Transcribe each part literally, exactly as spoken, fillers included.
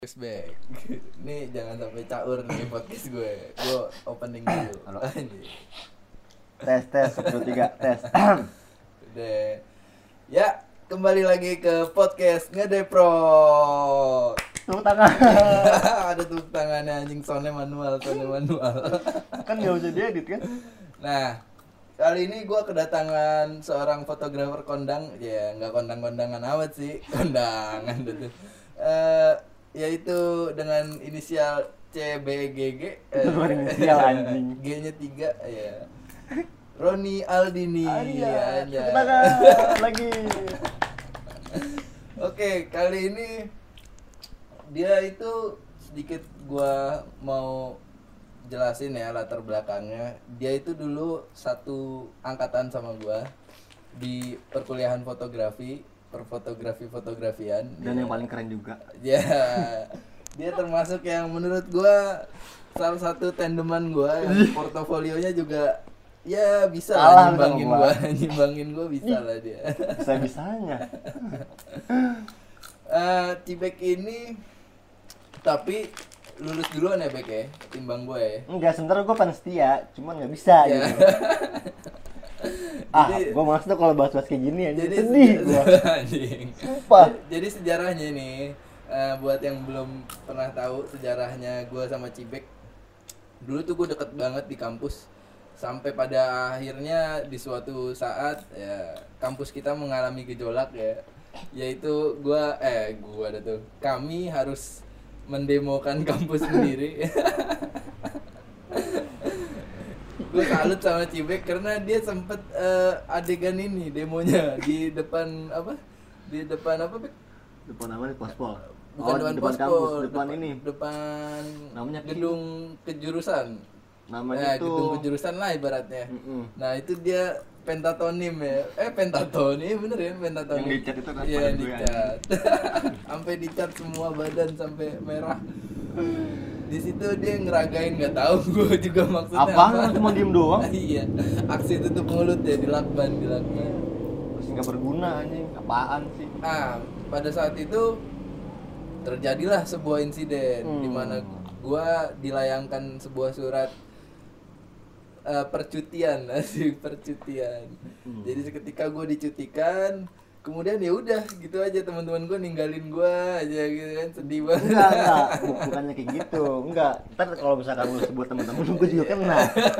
Back. Nih jangan sampai caur nih podcast gue. Gue opening dulu. Halo. Tes tes satu tiga tes. Udah. Ya, kembali lagi ke podcast Ngedepro. Tepuk tangan. Ada tepuk tangannya anjing, soundnya manual, soundnya manual. Kan nggak usah diedit kan? Nah, kali ini gue kedatangan seorang fotografer kondang. Ya, nggak kondang-kondangan amat sih, kondangan tuh. Eh yaitu dengan inisial C B G G. Itu bukan inisial anjing. G-nya tiga ya. Roni Aldini. Iya. Ya, Tepuk tangan lagi. Oke, kali ini dia itu sedikit gua mau jelasin ya latar belakangnya. Dia itu dulu satu angkatan sama gua di perkuliahan fotografi, perfotografi fotografian. Dan ya. yang paling keren juga. Ya, dia termasuk yang menurut gua salah satu tandeman gua yang portofolionya juga ya bisa lah Kalah nyimbangin sama gua, gua. nyimbangin gua bisa lah dia. Bisa-bisanya. Eh, Cibek ini tapi lulus duluan ya Bek ya, timbang gue ya. Enggak, sebenarnya gue pan setia, cuman nggak bisa Ya. gitu. Ah, Jadi- gue maksudnya kalau bahas-bahas kayak gini aja Jadi sedih seja- gue. anjing. Sumpah. Jadi sejarahnya nih, eh, buat yang belum pernah tahu sejarahnya gue sama Cibek. Dulu tuh gue deket banget di kampus. Sampai pada akhirnya di suatu saat ya kampus kita mengalami gejolak ya. Yaitu gue eh gue ada tuh. Kami harus mendemokan kampus sendiri. Gue salut sama Cibek karena dia sempet eh, adegan ini demonya di depan apa? Di depan apa, Bek? Depan apa nih, Pospol? Bukan Oh, depan, depan pospol, kampus, depan ini. Depan Namanya gedung kejurusan. Namanya Ya, tuh. gedung kejurusan lah ibaratnya. Mm-mm. Nah, itu dia pentatonim ya. Eh, pentatonim bener ya, pentatonim. Yang dicat itu kan Iya, badan gue, dicat. Sampai dicat semua badan sampai merah. Di situ dia ngeragain, nggak tahu gue juga maksudnya Apaan? apa. Cuma diem doang? Iya. Aksi tutup mulut ya, dilakban, dilakban. Terus nggak berguna anjing. Apaan sih? Ah, pada saat itu terjadilah sebuah insiden Hmm. di mana gua dilayangkan sebuah surat eh, percutian, asik percutian. Hmm. Jadi seketika gua dicutikan, kemudian ya udah gitu aja, teman-teman gua ninggalin gua aja gitu kan, sedih banget. Enggak, enggak, Bu- bukannya kayak gitu. Enggak. Ntar kalau misalkan lu sebut temen-temen lu, gue juga kena.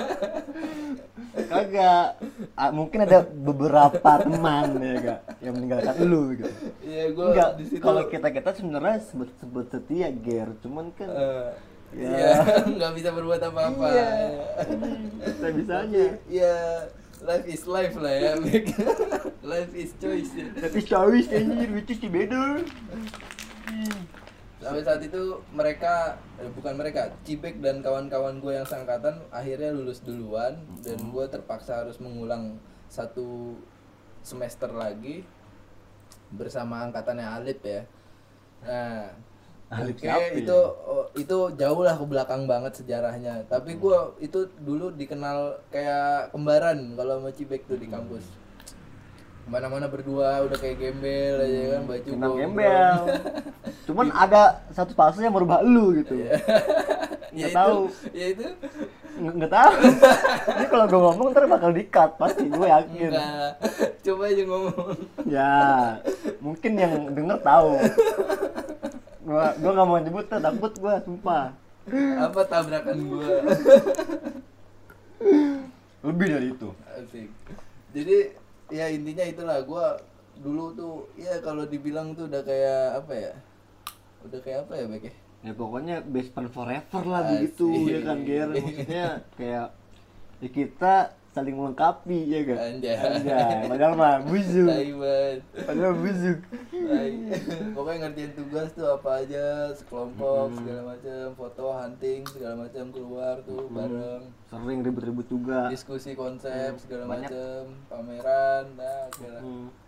Kagak. Ah, mungkin ada beberapa teman ya gak yang meninggalkan lu gitu. Iya, gua Enggak. di situ Kalau kita-kita sebenarnya sebut-sebut setia, Ger. Cuman kan eh, Ya. ya nggak bisa berbuat apa-apa. Iya. Bisa bisanya. Ya, life is life lah ya, Bek. Life is choice ya. Tapi choice anjir, which is the better. Sampai saat itu mereka, eh, bukan mereka, Cibek dan kawan-kawan gue yang seangkatan akhirnya lulus duluan dan gue terpaksa harus mengulang satu semester lagi bersama angkatannya Alip ya. Nah, Alip oke, siapa ya? itu oh, itu jauh lah ke belakang banget sejarahnya. Tapi gue itu dulu dikenal kayak kembaran kalau sama Cibek tuh di kampus. Kemana-mana berdua udah kayak gembel aja kan, baju Senang gondrong. gembel. Cuman ada satu fase yang merubah lu gitu. ya Nggak itu, tahu. ya itu Nggak, nggak tahu. Ini kalau gue ngomong ntar bakal di-cut pasti, gue yakin. enggak. Coba aja ngomong. Ya, mungkin yang denger tahu. Gua gua nggak mau nyebut, tuh, takut gua, sumpah. Apa tabrakan gua. Lebih dari itu. Asik. Jadi ya intinya itulah, gua dulu tuh ya kalau dibilang tuh udah kayak apa ya? Udah kayak apa ya, Bek ya? Ya pokoknya best friend forever lah Asik. begitu ya kan, Ger. Maksudnya kayak ya kita saling melengkapi ya kan. Anjay. Anjay. Padahal mah busuk. Tai banget. Padahal busuk. Tai. Pokoknya ngerjain tugas tuh apa aja, sekelompok, Hmm. segala macam, foto, hunting, segala macam, keluar tuh bareng. Sering ribut-ribut juga. Diskusi konsep Hmm, segala banyak. macam, pameran, nah segala. Hmm.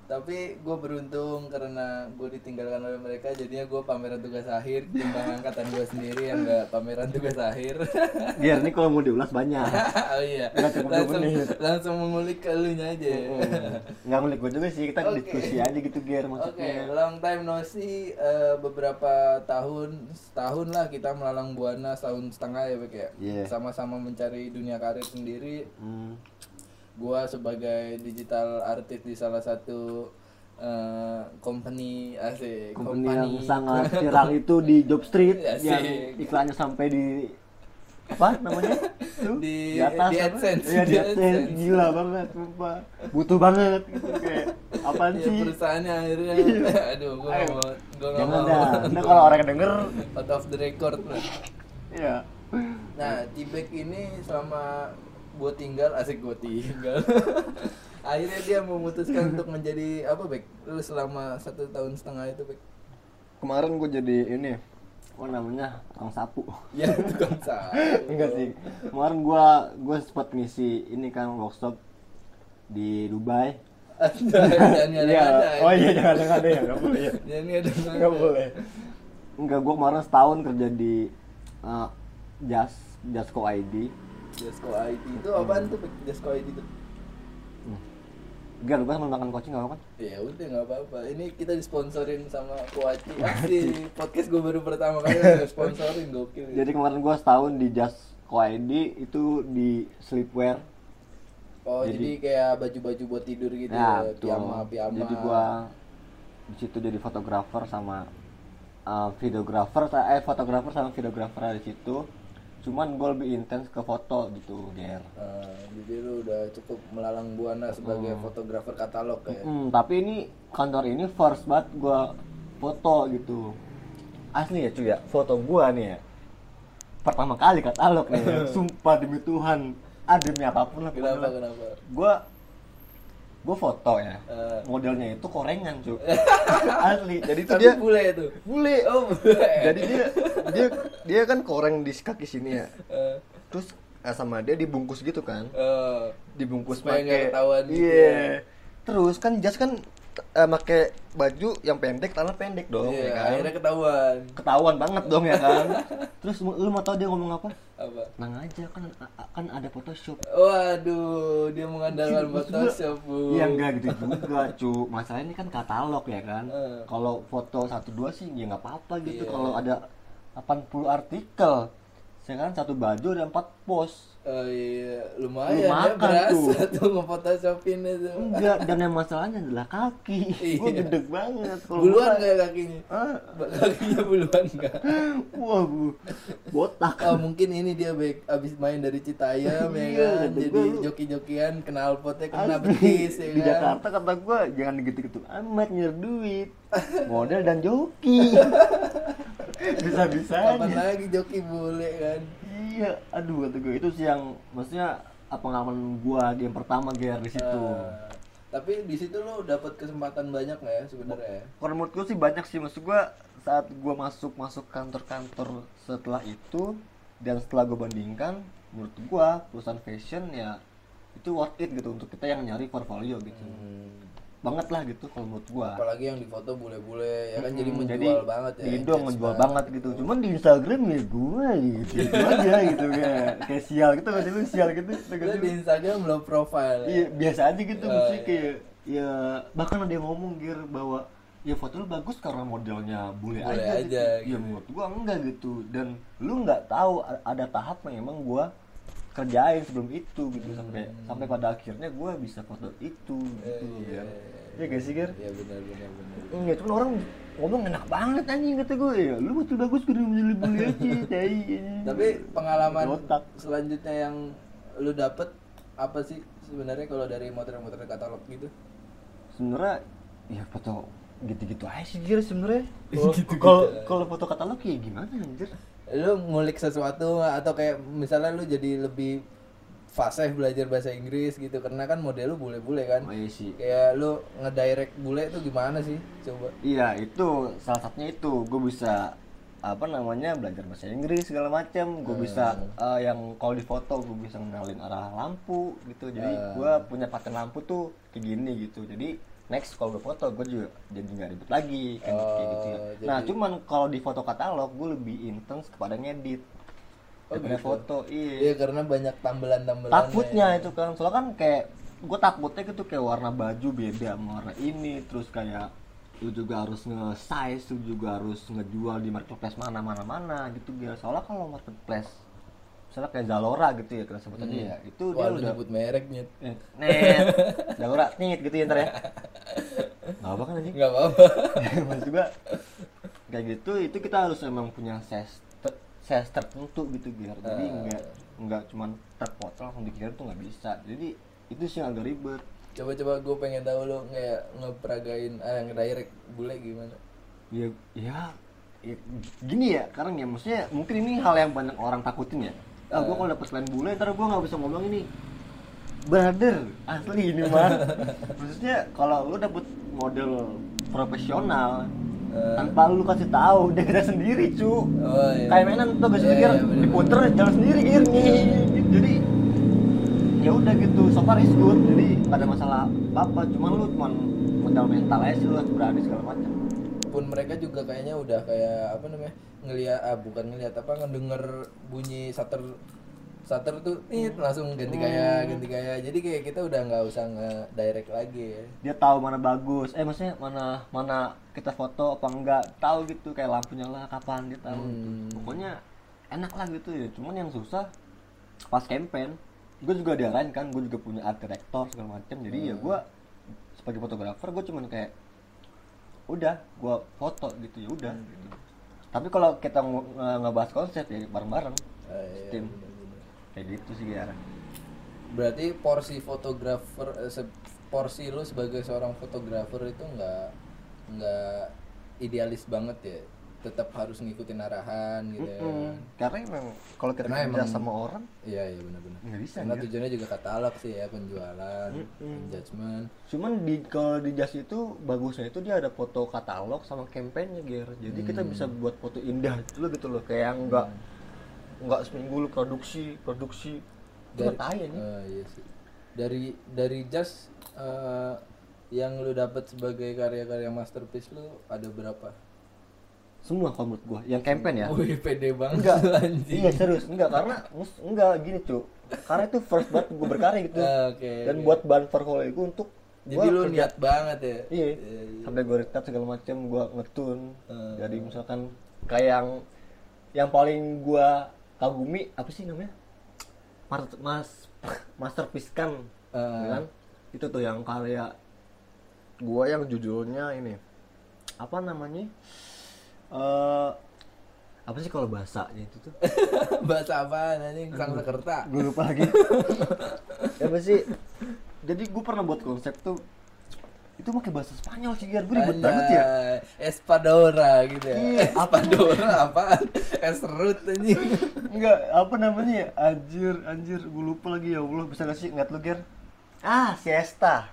Tapi gue beruntung karena gue ditinggalkan oleh mereka, jadinya gue pameran tugas akhir timbang angkatan gue sendiri yang gak pameran tugas akhir. Biar nih kalau mau diulas banyak. Oh iya, Nggak cukup dua langsung, menit. langsung mengulik ke elunya aja. Nggak ngulik gue juga sih, kita Oke. diskusi aja gitu Ger Oke, maksudnya. long time no see, eh, beberapa tahun, setahun lah kita melalang buana, setahun setengah ya Bek ya. Iya. Sama-sama mencari dunia karir sendiri. Hmm. Gua sebagai digital artist di salah satu eh, company asik Company yang sangat viral itu di Job Street Asik. yang iklannya sampai di apa namanya tuh Di- atas di apa? AdSense. Iya, di Di AdSense. AdSense. Gila banget sumpah, butuh banget gitu kayak apaan ya, sih. perusahaannya akhirnya aduh gua Ayo. nggak mau gua nggak Jangan mau dah, nah kalau orang denger out of the record lah. ya Nah, Cibek ini selama gue tinggal, asik gue tinggal. Akhirnya dia memutuskan untuk menjadi apa, Bek? Lu selama satu tahun setengah itu, Bek? kemarin gue jadi ini apa namanya tukang sapu. Ya, tukang sapu. Enggak sih, kemarin gua gua sempat ngisi ini kan workshop di Dubai. Jangan Iya. ada. Oh iya, jangan ada ya, nggak boleh ya. Jangan ada. Nggak boleh. Enggak, gua kemarin setahun kerja di uh, Just Justco I D. Jasko I T itu apaan tuh, Bek? Jasko I T itu? Gak, lu kan makan coaching nggak apa kan? Ya udah nggak apa-apa. Ini kita disponsorin sama Kuaci. Asli, podcast gue baru pertama kali udah sponsorin, gokil. Jadi kemarin gua setahun di Justco I D itu di sleepwear. Oh, jadi, jadi kayak baju-baju buat tidur gitu, Ya, ya, betul. piyama, piyama. Jadi gua di situ jadi fotografer sama uh, videografer, eh fotografer sama videografer di situ. Cuman gue lebih intens ke foto gitu, Ger. Uh, jadi lu udah cukup melalang buana sebagai Hmm. fotografer katalog ya. Hmm, tapi ini kantor ini first banget gua foto gitu. Asli ya cuy ya, foto gua nih ya. Pertama kali katalog nih ya. Sumpah demi Tuhan, ah demi apapun lah. Kenapa pokoknya. kenapa? Gua gua foto ya. Eh. Modelnya itu korengan cuy. Asli. Jadi tuh Tapi dia bule itu. bule. Oh, bule. Jadi dia dia dia kan koreng di kaki sini ya. Eh, Terus eh, sama dia dibungkus gitu kan. eh, Dibungkus Supaya nggak pakai ketahuan gitu iya. ya. Terus kan jas kan eh, pakai baju yang pendek, tanah pendek dong iya, ya kan. akhirnya ketahuan. Ketahuan banget dong ya kan. Terus lu lu mau tau dia ngomong apa? Apa? Tenang aja kan kan ada Photoshop. Waduh, dia mengandalkan Maksud gua, Photoshop, Bu. Iya enggak gitu juga, cu. Masalahnya ini kan katalog ya kan. Eh. Kalau foto satu dua sih ya nggak apa-apa gitu. Iya. Kalau ada delapan puluh artikel, sekarang satu baju ada empat post. Oh iya, lumayan Lu ya, makan berasa tuh nge-photoshopin itu. Enggak, dan yang masalahnya adalah kaki. Gue Iya. gede banget. Kalau Buluan gua- nggak kakinya? Ah, Kakinya buluan nggak? wah, bu, botak. Oh mungkin ini dia baik abis main dari Citayam ya Iya, kan, kata jadi gua lu- joki-jokian kenal potnya kena Asli, betis ya di kan. Jakarta kata gue jangan gitu-gitu amat nyer duit, model dan joki. Kapan Bisa-bisanya. lagi joki bule kan? Iya, aduh kata gue itu sih yang maksudnya apa pengalaman gua game pertama Ger di situ. Ah, tapi di situ lo dapat kesempatan banyak nggak ya sebenarnya? Ya? Kalau menurut gue sih banyak sih, maksud gua saat gua masuk masuk kantor-kantor setelah itu dan setelah gue bandingkan, menurut gua perusahaan fashion ya itu worth it gitu untuk kita yang nyari portfolio gitu. Hmm. Banget lah gitu kalau menurut gua. Apalagi yang difoto bule-bule ya kan, jadi Hmm, menjual banget ya. di Indo engage menjual banget gitu. Cuman di Instagram ya gue gitu, gitu aja gitu kayak kayak sial gitu, masih lu sial gitu. Lo di Instagram belum profile. Iya biasa aja gitu, Oh, mesti iya. kayak ya bahkan ada yang ngomong Gir bahwa ya foto lu bagus karena modelnya bule, Bule aja, aja, gitu. Ya gitu. menurut gua enggak gitu, dan lu nggak tahu a- ada tahap yang emang gua kerjain sebelum itu gitu sampai sampai pada akhirnya gua bisa foto itu gitu Hmm. Eh, ya. iya. Iya gak sih Gir? Iya benar benar benar. Enggak, cuma orang ngomong enak banget anjing kata gue ya. Lu betul bagus karena menjadi bule aja, tai. Tapi pengalaman Otak. selanjutnya yang lu dapet apa sih sebenarnya kalau dari motor-motor katalog gitu? Sebenarnya ya foto gitu-gitu aja sih Gir sebenarnya. Gitu-gitu Kalau aja. kalau foto katalog ya gimana anjir? Lu ngulik sesuatu nggak? Atau kayak misalnya lu jadi lebih fasih belajar bahasa Inggris gitu karena kan model lu bule-bule kan? Oh iya sih. Kayak lu ngedirect bule itu gimana sih? Coba. Iya itu salah satunya itu gue bisa apa namanya belajar bahasa Inggris segala macam. Gue Hmm. bisa eh, yang kalau di foto gue bisa ngenalin arah lampu gitu. Jadi Hmm. gue punya paten lampu tuh kayak gini gitu. Jadi next kalau gue foto gue juga jadi nggak ribet lagi kan Oh, kayak gitu ya. jadi- Nah cuman kalau di foto katalog gue lebih intens kepada ngedit Oh, daripada gitu. foto. Iya, Iya. karena banyak tambelan-tambelan. Takutnya itu kan, soalnya kan kayak gue takutnya gitu kayak warna baju beda sama warna ini, terus kayak lu juga harus nge-size, lu juga harus ngejual di marketplace mana mana mana gitu biar. Soalnya kalau marketplace misalnya kayak Zalora gitu ya kita sebut aja ya, itu Wah, dia lu udah nyebut merek Nyet. eh, net Zalora nit gitu ya ntar ya. Nggak apa kan anjing. Enggak apa-apa. Maksud gua kayak gitu itu kita harus emang punya size ter- size tertentu gitu biar jadi Ah. enggak enggak cuman terpotong langsung dikirim tuh nggak bisa. Jadi itu sih yang agak ribet. Coba-coba gue pengen tahu lu kayak ngeperagain ah ngedirect bule gimana. Ya, ya, ya gini ya, karena ya maksudnya mungkin ini hal yang banyak orang takutin ya. Ah, gue kalau dapet klien bule, ntar gue nggak bisa ngomong ini. Brother, asli ini mah. Maksudnya kalau lu dapet model profesional, Eh. tanpa lu kasih tahu dia gerak sendiri cu. Oh iya. Kayak mainan tuh gak sih Iya, gear iya, bener-bener. diputer jalan sendiri gear nih. Jadi ya udah gitu, so far is good. Jadi gak ada masalah apa, cuman lu cuman modal mental aja sih lu harus berani segala macam. Pun mereka juga kayaknya udah kayak apa namanya ngelihat ah bukan ngelihat apa ngedenger bunyi shutter shutter tuh nih langsung ganti gaya ganti gaya jadi kayak kita udah nggak usah nge-direct lagi ya. Dia tahu mana bagus, eh maksudnya mana mana kita foto apa enggak, tahu gitu kayak lampunya lah kapan dia tahu. Hmm. Gitu. Pokoknya enak lah gitu ya. Cuman yang susah pas campaign, gue juga diarahin kan, gue juga punya art director segala macam. Jadi ya gue sebagai fotografer gue cuman kayak udah gue foto gitu ya udah. Gitu. Tapi kalau kita nge- nge- ngebahas konsep ya bareng-bareng Ah, iya, tim bener-bener. kayak gitu sih ya. Berarti porsi fotografer eh, se- porsi lu sebagai seorang fotografer itu nggak nggak idealis banget ya, tetap harus ngikutin arahan gitu ya. Mm-mm. Karena emang kalau kita Karena kerja emang- sama orang Iya iya benar-benar. nggak bisa Karena ya. tujuannya juga katalog sih ya, penjualan, Mm-mm. judgement. Cuman di kalau di Jas itu bagusnya itu dia ada foto katalog sama kampanyenya Ger. Jadi kita Hmm. bisa buat foto indah gitu loh gitu loh. Kayak enggak enggak seminggu lu produksi, produksi. Itu Dari tai nih. eh, iya sih. Dari dari just eh, yang lu dapat sebagai karya-karya masterpiece lu ada berapa? Semua kalau menurut gua. Yang campaign ya. Wih, pede banget Enggak. lu, anjing. Iya serius, enggak karena mus, enggak gini, Cuk. Karena itu first banget gua berkarya gitu. Ah, oke, Dan oke. buat bahan portfolio gua untuk Jadi gua lu kerja- niat banget ya. Iya. Iya, iya. Sampai gue record segala macam, gue ngetun. Hmm. Jadi misalkan kayak yang yang paling gue kagumi apa sih namanya? Mas mas masterpiece kan, Ah. kan? Itu tuh yang karya gue yang judulnya ini apa namanya? Eh apa sih kalau bahasanya itu tuh? Bahasa apaan anjing? Sangsekerta. Gue lupa lagi. Ya apa sih? Jadi gue pernah buat konsep tuh itu pakai bahasa Spanyol sih biar gue ribet banget ya. Anjay, Espadora gitu ya. Iya. Espadora apaan? Esrut anjing. Enggak, apa namanya ya? Anjir, anjir, gue lupa lagi ya Allah. Bisa gak sih ngeliat lu, Ger? Ah, siesta.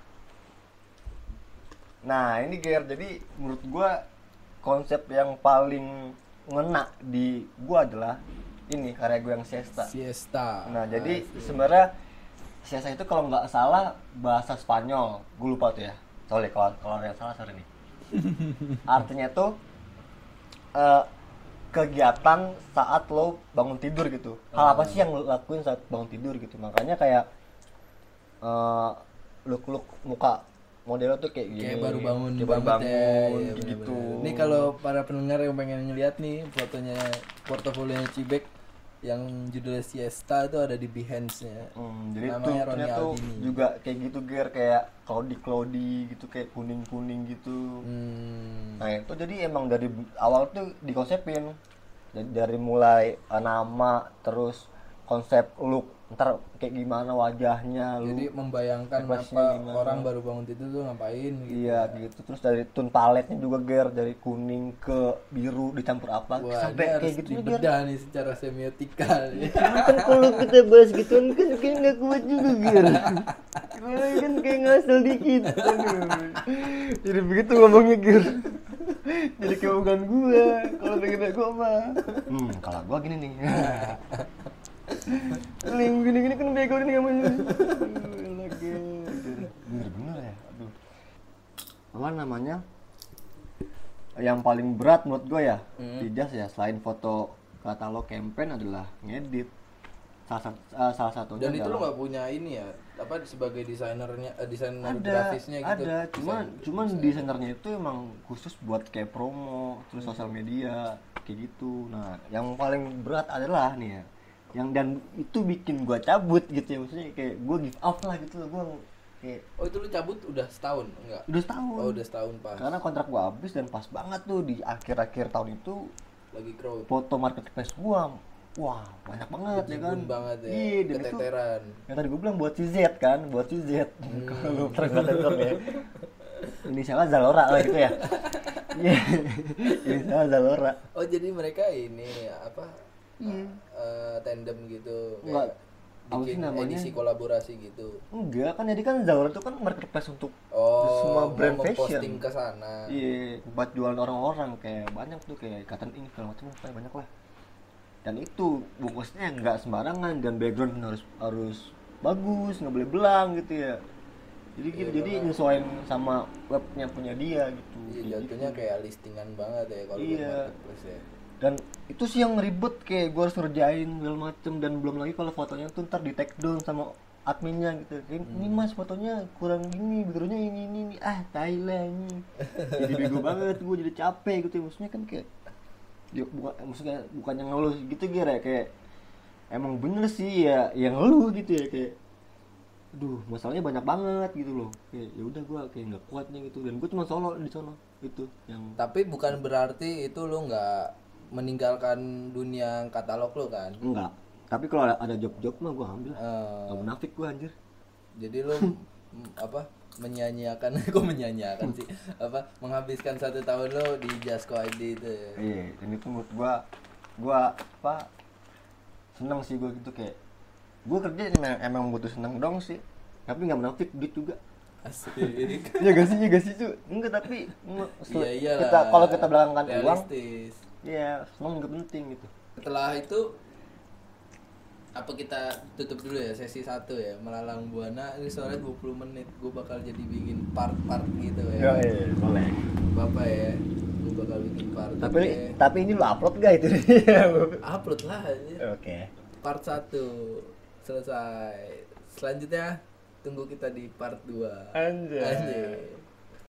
Nah, ini Ger, jadi menurut gue konsep yang paling ngena di gue adalah ini karya gue yang siesta. Siesta. Nah, jadi Asik. sebenarnya siesta itu kalau nggak salah bahasa Spanyol, gue lupa tuh ya. Soalnya kalau kalau ada yang salah sorry nih. Artinya tuh eh, kegiatan saat lo bangun tidur gitu. Hal apa sih yang lo lakuin saat bangun tidur gitu. Makanya kayak eh, look-look muka modelnya tuh kayak gini. Kayak baru bangun kayak baru banget ya. bangun Iya, gitu. bener-bener. Ini kalau para pendengar yang pengen ngeliat nih fotonya portofolionya Cibek yang judulnya Siesta itu ada di Behance-nya. Hmm, jadi Namanya tuh Roni tuh Aldini. juga kayak gitu Ger, kayak cloudy cloudy gitu, kayak kuning kuning gitu. Hmm. Nah itu jadi emang dari awal tuh dikonsepin dari, dari mulai uh, nama terus konsep look ntar kayak gimana wajahnya lu. Jadi membayangkan ekspresinya apa gimana. orang baru bangun tidur tuh ngapain gitu. Iya gitu, terus dari tone paletnya juga Ger, dari kuning ke biru dicampur apa Wah, sampai ini harus kayak gitu Ger. dibedah nih secara semiotika nih. Cuman kan kalau kita bahas gituan kan kayak nggak kuat juga Ger. Karena kan kayak ngasal dikit. Aduh. Jadi begitu ngomongnya Ger. Jadi kayak bukan gua. Kalau pengen gua mah. Hmm, kalau gua gini nih. Ling gini-gini kan bego nih namanya. Aduh, elah, Ger. Bener-bener ya. Aduh. apa namanya, yang paling berat menurut gue ya Hmm. di jas ya, selain foto katalog campaign adalah ngedit. Salah, sat- eh, salah satunya Dan itu lo adalah- nggak punya ini ya, apa sebagai desainernya, eh, desainer ada grafisnya gitu? ada cuman Desain- cuman desain. desainernya itu emang khusus buat kayak promo terus Hmm. sosial media kayak gitu. Nah yang paling berat adalah nih ya, yang dan itu bikin gua cabut gitu ya, maksudnya kayak gua give up lah gitu loh, gua kayak Oh itu lu cabut udah setahun enggak? udah setahun. Oh udah setahun pas. Karena kontrak gua habis dan pas banget tuh di akhir-akhir tahun itu Lagi crowd. foto marketplace gua, wah banyak banget ya kan. Bejibun banget ya. Iya, dan itu Keteteran. yang tadi gua bilang buat si Z kan, buat si Z. Hmm. Kalau lu pernah nonton ya. Inisialnya Zalora lah gitu ya. Iya. Inisialnya Zalora. Oh jadi mereka ini apa? Iya. eh, tandem gitu. Enggak. Kayak Apa sih bikin namanya? edisi kolaborasi gitu. Enggak kan, jadi kan Zalora itu kan marketplace untuk Oh, semua brand mau fashion. posting ke sana. Iya, buat jualan orang-orang kayak banyak tuh kayak Cotton Ink segala macam kayak banyak lah. Dan itu bungkusnya nggak sembarangan dan background harus harus bagus, nggak boleh belang gitu ya. Jadi Iya, gitu, jadi makanya. nyesuaiin sama webnya punya dia gitu. Iya Kayak jatuhnya gitu. kayak listingan banget ya kalau buat Iya. marketplace ya. Dan itu sih yang ribet, kayak gue harus ngerjain segala macem, dan belum lagi kalau fotonya tuh ntar di take down sama adminnya gitu. Kayak, ini mas fotonya kurang gini, backgroundnya ini ini, ini. Ah tai lah ini. Jadi bego banget gue, jadi capek gitu ya. Maksudnya kan kayak ya, bukan, maksudnya bukannya ngeluh gitu Ger ya, kayak emang bener sih ya yang ngeluh gitu ya, kayak aduh masalahnya banyak banget gitu loh, kayak ya udah gue kayak nggak kuat nih gitu, dan gue cuma solo di sono itu yang Tapi bukan berarti itu lu nggak meninggalkan dunia katalog lu kan? enggak. Tapi kalau ada, ada job-job mah gue ambil. Eh, Gak munafik gue anjir. jadi lu mm, apa menyanyiakan kok menyanyiakan sih apa menghabiskan satu tahun lo di Jasko I D itu ya? Iya, dan itu menurut gue, gue apa seneng sih gue gitu, kayak gue kerja emang, emang butuh seneng dong sih, tapi nggak munafik duit juga. Asik. Iya gak sih, iya gak sih cu? Enggak, tapi nge- sel- Iya iyalah. kita kalau kita belakangkan uang, realistis. iya seneng juga penting gitu. Setelah itu apa kita tutup dulu ya sesi satu ya Melalang Buana ini soalnya dua puluh menit gue bakal jadi bikin part-part gitu ya. iya, boleh. Bapak ya gue bakal bikin part. Tapi Oke. tapi ini lu upload gak itu? upload lah aja. Oke. Part satu selesai. Selanjutnya tunggu kita di part dua. Anjay. Anjay.